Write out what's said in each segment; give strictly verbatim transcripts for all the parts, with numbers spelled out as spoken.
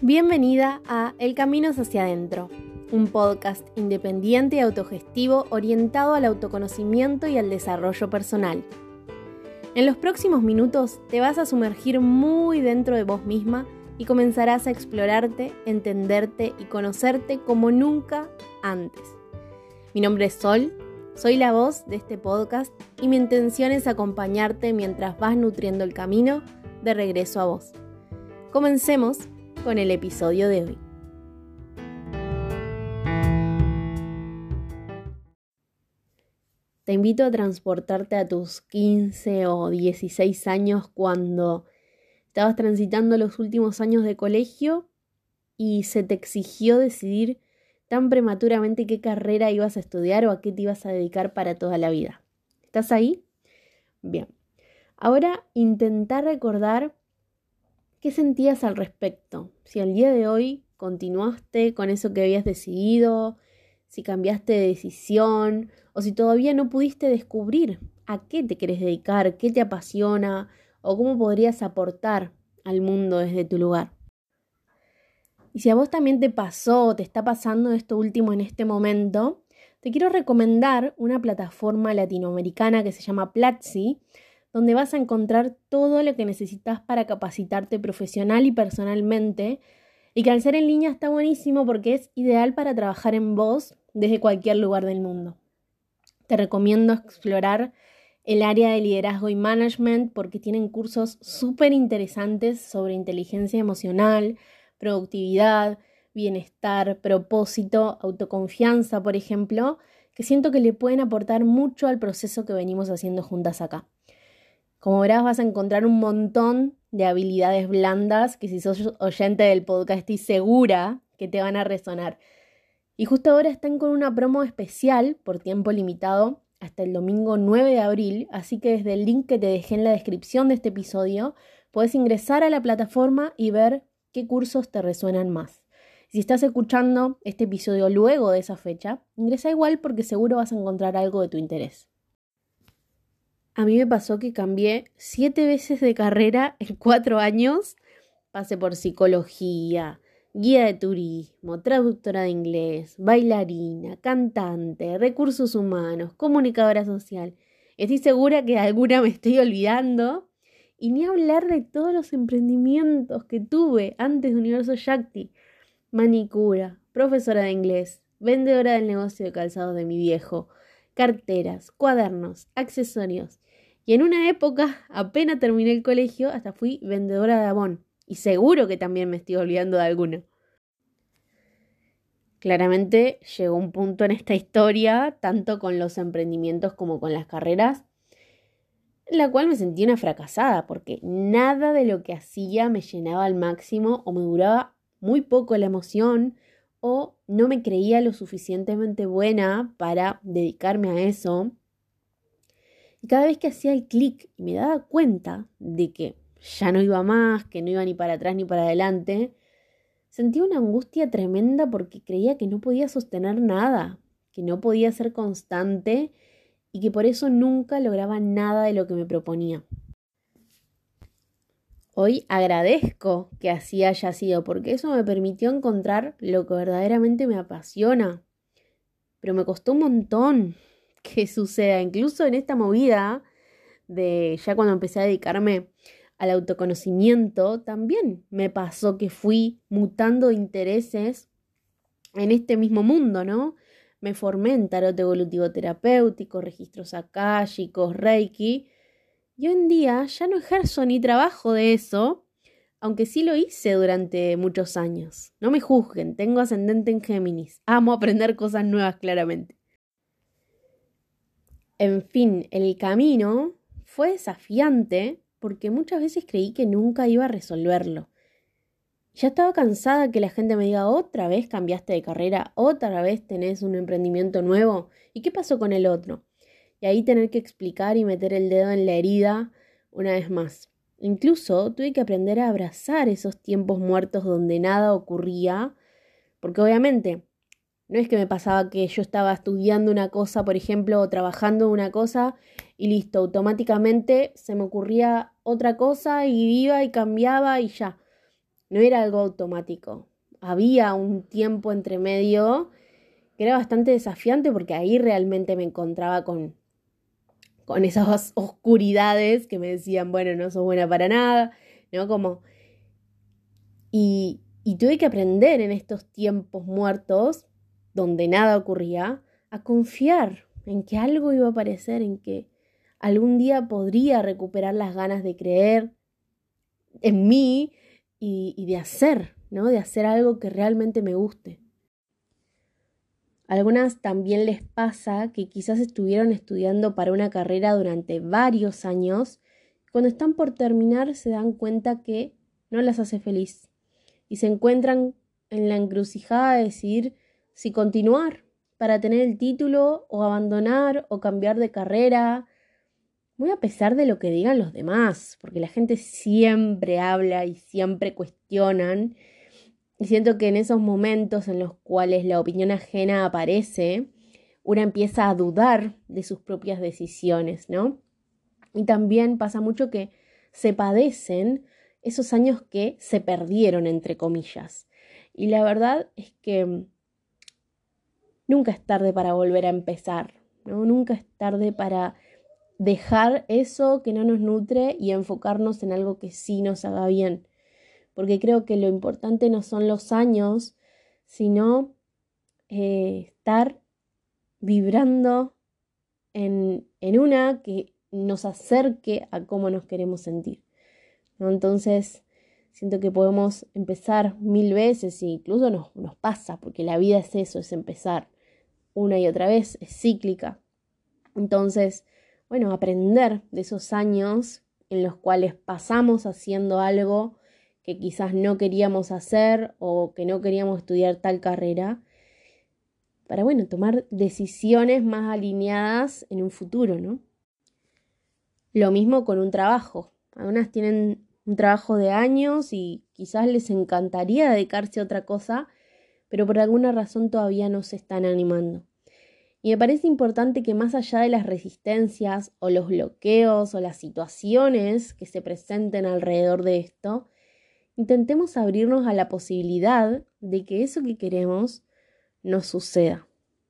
Bienvenida a El Camino hacia adentro, un podcast independiente y autogestivo orientado al autoconocimiento y al desarrollo personal. En los próximos minutos te vas a sumergir muy dentro de vos misma y comenzarás a explorarte, entenderte y conocerte como nunca antes. Mi nombre es Sol, soy la voz de este podcast y mi intención es acompañarte mientras vas nutriendo el camino de regreso a vos. Comencemos con el episodio de hoy. Te invito a transportarte a tus quince o dieciséis años cuando estabas transitando los últimos años de colegio y se te exigió decidir tan prematuramente qué carrera ibas a estudiar o a qué te ibas a dedicar para toda la vida. ¿Estás ahí? Bien. Ahora intentá recordar qué sentías al respecto. Si al día de hoy continuaste con eso que habías decidido, si cambiaste de decisión o si todavía no pudiste descubrir a qué te querés dedicar, qué te apasiona o cómo podrías aportar al mundo desde tu lugar. Y si a vos también te pasó o te está pasando esto último en este momento, te quiero recomendar una plataforma latinoamericana que se llama Platzi, donde vas a encontrar todo lo que necesitas para capacitarte profesional y personalmente, y que al ser en línea está buenísimo porque es ideal para trabajar en vos desde cualquier lugar del mundo. Te recomiendo explorar el área de liderazgo y management porque tienen cursos súper interesantes sobre inteligencia emocional, productividad, bienestar, propósito, autoconfianza, por ejemplo, que siento que le pueden aportar mucho al proceso que venimos haciendo juntas acá. Como verás, vas a encontrar un montón de habilidades blandas que si sos oyente del podcast estoy segura que te van a resonar. Y justo ahora están con una promo especial por tiempo limitado hasta el domingo nueve de abril, así que desde el link que te dejé en la descripción de este episodio puedes ingresar a la plataforma y ver qué cursos te resuenan más. Si estás escuchando este episodio luego de esa fecha, ingresa igual porque seguro vas a encontrar algo de tu interés. A mí me pasó que cambié siete veces de carrera en cuatro años. Pasé por psicología, guía de turismo, traductora de inglés, bailarina, cantante, recursos humanos, comunicadora social. Estoy segura que de alguna me estoy olvidando. Y ni hablar de todos los emprendimientos que tuve antes de Universo Shakti. Manicura, profesora de inglés, vendedora del negocio de calzados de mi viejo, carteras, cuadernos, accesorios. Y en una época, apenas terminé el colegio, hasta fui vendedora de Avon. Y seguro que también me estoy olvidando de alguna. Claramente llegó un punto en esta historia, tanto con los emprendimientos como con las carreras, en la cual me sentí una fracasada, porque nada de lo que hacía me llenaba al máximo o me duraba muy poco la emoción o no me creía lo suficientemente buena para dedicarme a eso. Y cada vez que hacía el clic y me daba cuenta de que ya no iba más, que no iba ni para atrás ni para adelante, sentía una angustia tremenda porque creía que no podía sostener nada, que no podía ser constante y que por eso nunca lograba nada de lo que me proponía. Hoy agradezco que así haya sido porque eso me permitió encontrar lo que verdaderamente me apasiona. Pero me costó un montón que suceda, incluso en esta movida de ya cuando empecé a dedicarme al autoconocimiento, también me pasó que fui mutando de intereses en este mismo mundo, ¿no? Me formé en tarot evolutivo terapéutico, registros akáshicos, reiki, y hoy en día ya no ejerzo ni trabajo de eso, aunque sí lo hice durante muchos años. No me juzguen, tengo ascendente en Géminis, amo aprender cosas nuevas claramente. En fin, el camino fue desafiante porque muchas veces creí que nunca iba a resolverlo. Ya estaba cansada que la gente me diga, otra vez cambiaste de carrera, otra vez tenés un emprendimiento nuevo, ¿y qué pasó con el otro? Y ahí tener que explicar y meter el dedo en la herida una vez más. Incluso tuve que aprender a abrazar esos tiempos muertos donde nada ocurría, porque obviamente no es que me pasaba que yo estaba estudiando una cosa, por ejemplo, o trabajando una cosa y listo, automáticamente se me ocurría otra cosa y iba y cambiaba y ya. no era algo automático. Había un tiempo entre medio que era bastante desafiante porque ahí realmente me encontraba con, con esas oscuridades que me decían, bueno, no sos buena para nada, ¿no? Como... Y, y tuve que aprender en estos tiempos muertos, donde nada ocurría, a confiar en que algo iba a aparecer, en que algún día podría recuperar las ganas de creer en mí y, y de hacer, ¿no? De hacer algo que realmente me guste. A algunas también les pasa que quizás estuvieron estudiando para una carrera durante varios años. Cuando están por terminar se dan cuenta que no las hace feliz y se encuentran en la encrucijada de decidir si continuar para tener el título o abandonar o cambiar de carrera, muy a pesar de lo que digan los demás, porque la gente siempre habla y siempre cuestionan. Y siento que en esos momentos en los cuales la opinión ajena aparece, una empieza a dudar de sus propias decisiones, ¿no? Y también pasa mucho que se padecen esos años que se perdieron, entre comillas. Y la verdad es que nunca es tarde para volver a empezar, ¿no? Nunca es tarde para dejar eso que no nos nutre y enfocarnos en algo que sí nos haga bien. Porque creo que lo importante no son los años, sino eh, estar vibrando en, en una que nos acerque a cómo nos queremos sentir, ¿no? Entonces, siento que podemos empezar mil veces e incluso nos, nos pasa, porque la vida es eso, es empezar una y otra vez, es cíclica. Entonces, bueno, aprender de esos años en los cuales pasamos haciendo algo que quizás no queríamos hacer o que no queríamos estudiar tal carrera, para, bueno, tomar decisiones más alineadas en un futuro, ¿no? Lo mismo con un trabajo. Algunas tienen un trabajo de años y quizás les encantaría dedicarse a otra cosa, pero por alguna razón todavía no se están animando. Y me parece importante que más allá de las resistencias o los bloqueos o las situaciones que se presenten alrededor de esto, intentemos abrirnos a la posibilidad de que eso que queremos nos suceda.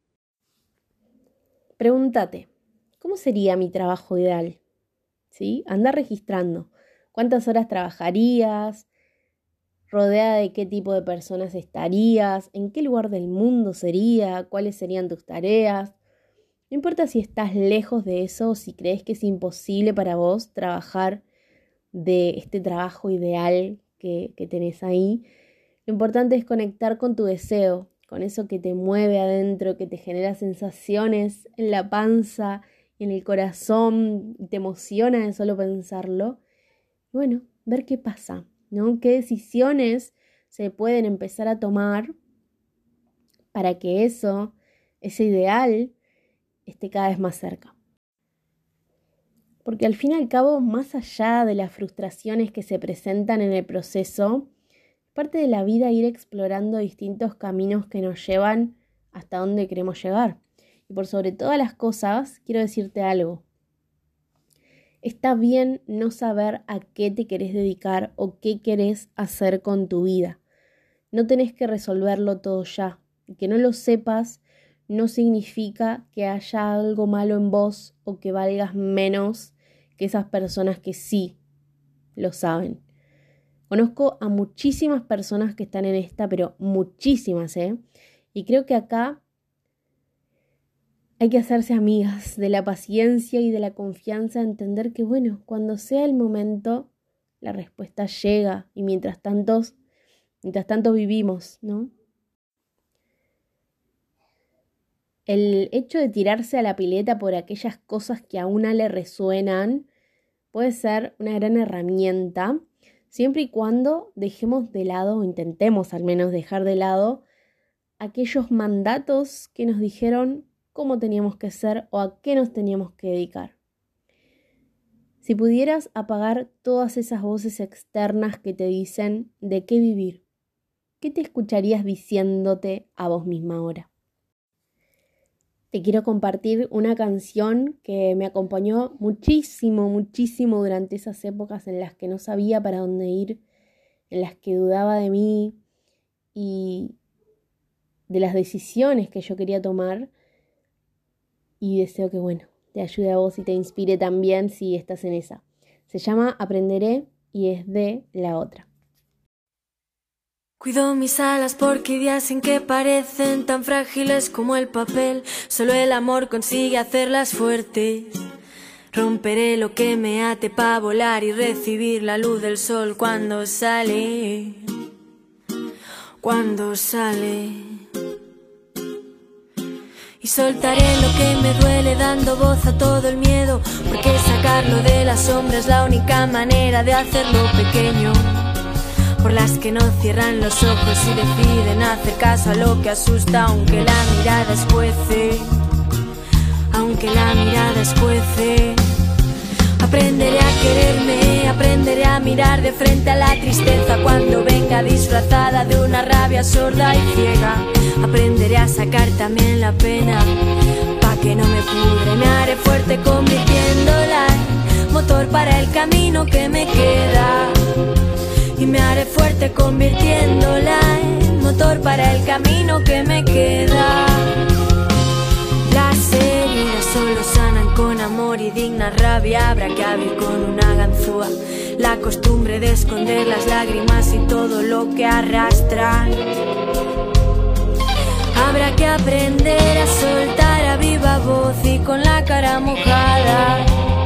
Pregúntate, ¿cómo sería mi trabajo ideal? ¿Sí? Anda registrando. ¿Cuántas horas trabajarías? ¿Rodeada de qué tipo de personas estarías? ¿En qué lugar del mundo sería? ¿Cuáles serían tus tareas? No importa si estás lejos de eso o si crees que es imposible para vos trabajar de este trabajo ideal que, que tenés ahí. Lo importante es conectar con tu deseo, con eso que te mueve adentro, que te genera sensaciones en la panza y en el corazón, y te emociona de solo pensarlo. Y bueno, ver qué pasa, ¿no? ¿Qué decisiones se pueden empezar a tomar para que eso, ese ideal, esté cada vez más cerca? Porque al fin y al cabo, más allá de las frustraciones que se presentan en el proceso, parte de la vida ir explorando distintos caminos que nos llevan hasta donde queremos llegar. Y por sobre todas las cosas, quiero decirte algo. Está bien no saber a qué te querés dedicar o qué querés hacer con tu vida. No tenés que resolverlo todo ya. Y que no lo sepas no significa que haya algo malo en vos o que valgas menos que esas personas que sí lo saben. Conozco a muchísimas personas que están en esta, pero muchísimas, ¿eh? Y creo que acá hay que hacerse amigas de la paciencia y de la confianza, entender que, bueno, cuando sea el momento, la respuesta llega y mientras tanto, mientras tanto vivimos, ¿no? El hecho de tirarse a la pileta por aquellas cosas que a una le resuenan puede ser una gran herramienta, siempre y cuando dejemos de lado, o intentemos al menos dejar de lado, aquellos mandatos que nos dijeron cómo teníamos que ser o a qué nos teníamos que dedicar. Si pudieras apagar todas esas voces externas que te dicen de qué vivir, ¿qué te escucharías diciéndote a vos misma ahora? Te quiero compartir una canción que me acompañó muchísimo, muchísimo durante esas épocas en las que no sabía para dónde ir, en las que dudaba de mí y de las decisiones que yo quería tomar. Y deseo que, bueno, te ayude a vos y te inspire también si estás en esa. Se llama Aprenderé y es de La Otra. Cuido mis alas porque hay días en que parecen tan frágiles como el papel. Solo el amor consigue hacerlas fuertes. Romperé lo que me ate para volar y recibir la luz del sol cuando sale. Cuando sale. Y soltaré lo que me duele dando voz a todo el miedo, porque sacarlo de la sombra es la única manera de hacerlo pequeño. Por las que no cierran los ojos y deciden hacer caso a lo que asusta, aunque la mirada escuece, aunque la mirada escuece. Aprenderé a quererme, aprenderé a mirar de frente a la tristeza cuando venga disfrazada de una rabia sorda y ciega. Aprenderé a sacar también la pena, pa' que no me pudre. Me haré fuerte convirtiéndola en motor para el camino que me queda. Y me haré fuerte convirtiéndola en motor para el camino que me queda. Las heridas solo sanan con amor y digna rabia. Habrá que abrir con una ganzúa la costumbre de esconder las lágrimas y todo lo que arrastran. Habrá que aprender a soltar a viva voz y con la cara mojada.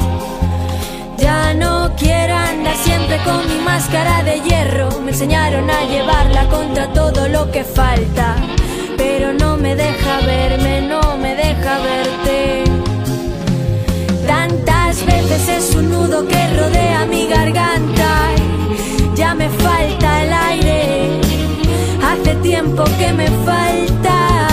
Ya no quiero andar siempre con mi máscara de hierro. Me enseñaron a llevarla contra todo lo que falta, pero no me deja verme, no me deja verte. Tantas veces es un nudo que rodea mi garganta y ya me falta el aire. Hace tiempo que me falta.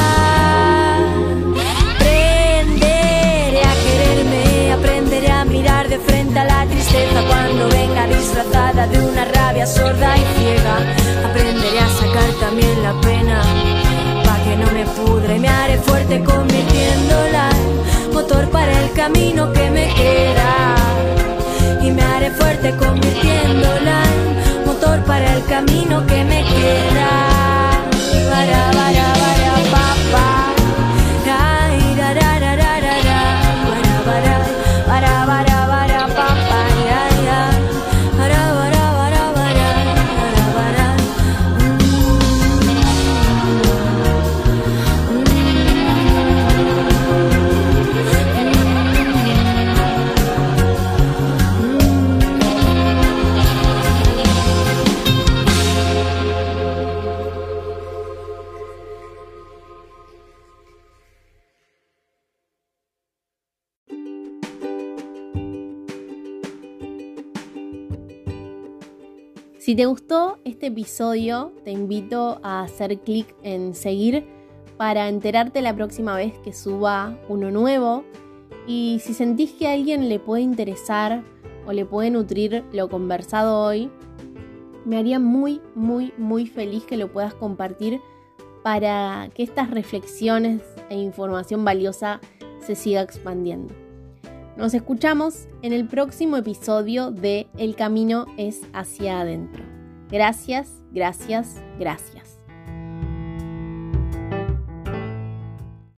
Aprenderé a quererme, aprenderé a mirar de frente a la tristeza cuando venga disfrazada de una rabia sorda y ciega. Aprenderé a sacar también la pena, pa' que no me pudre. Me haré fuerte convirtiéndola en motor para el camino que me queda. Y me haré fuerte convirtiéndola en motor para el camino que me queda. Bara, bara, bara, pa, pa. Ay, ra, ra, ra, ra, ra, ra. Bara, bara, bara, bara, bara, pa, pa. Ya, ya. Bara, bara, bara, bara, bara, bara. Si te gustó este episodio, te invito a hacer clic en seguir para enterarte la próxima vez que suba uno nuevo. Y si sentís que a alguien le puede interesar o le puede nutrir lo conversado hoy, me haría muy, muy, muy feliz que lo puedas compartir para que estas reflexiones e información valiosa se siga expandiendo. Nos escuchamos en el próximo episodio de El camino es hacia adentro. Gracias, gracias, gracias.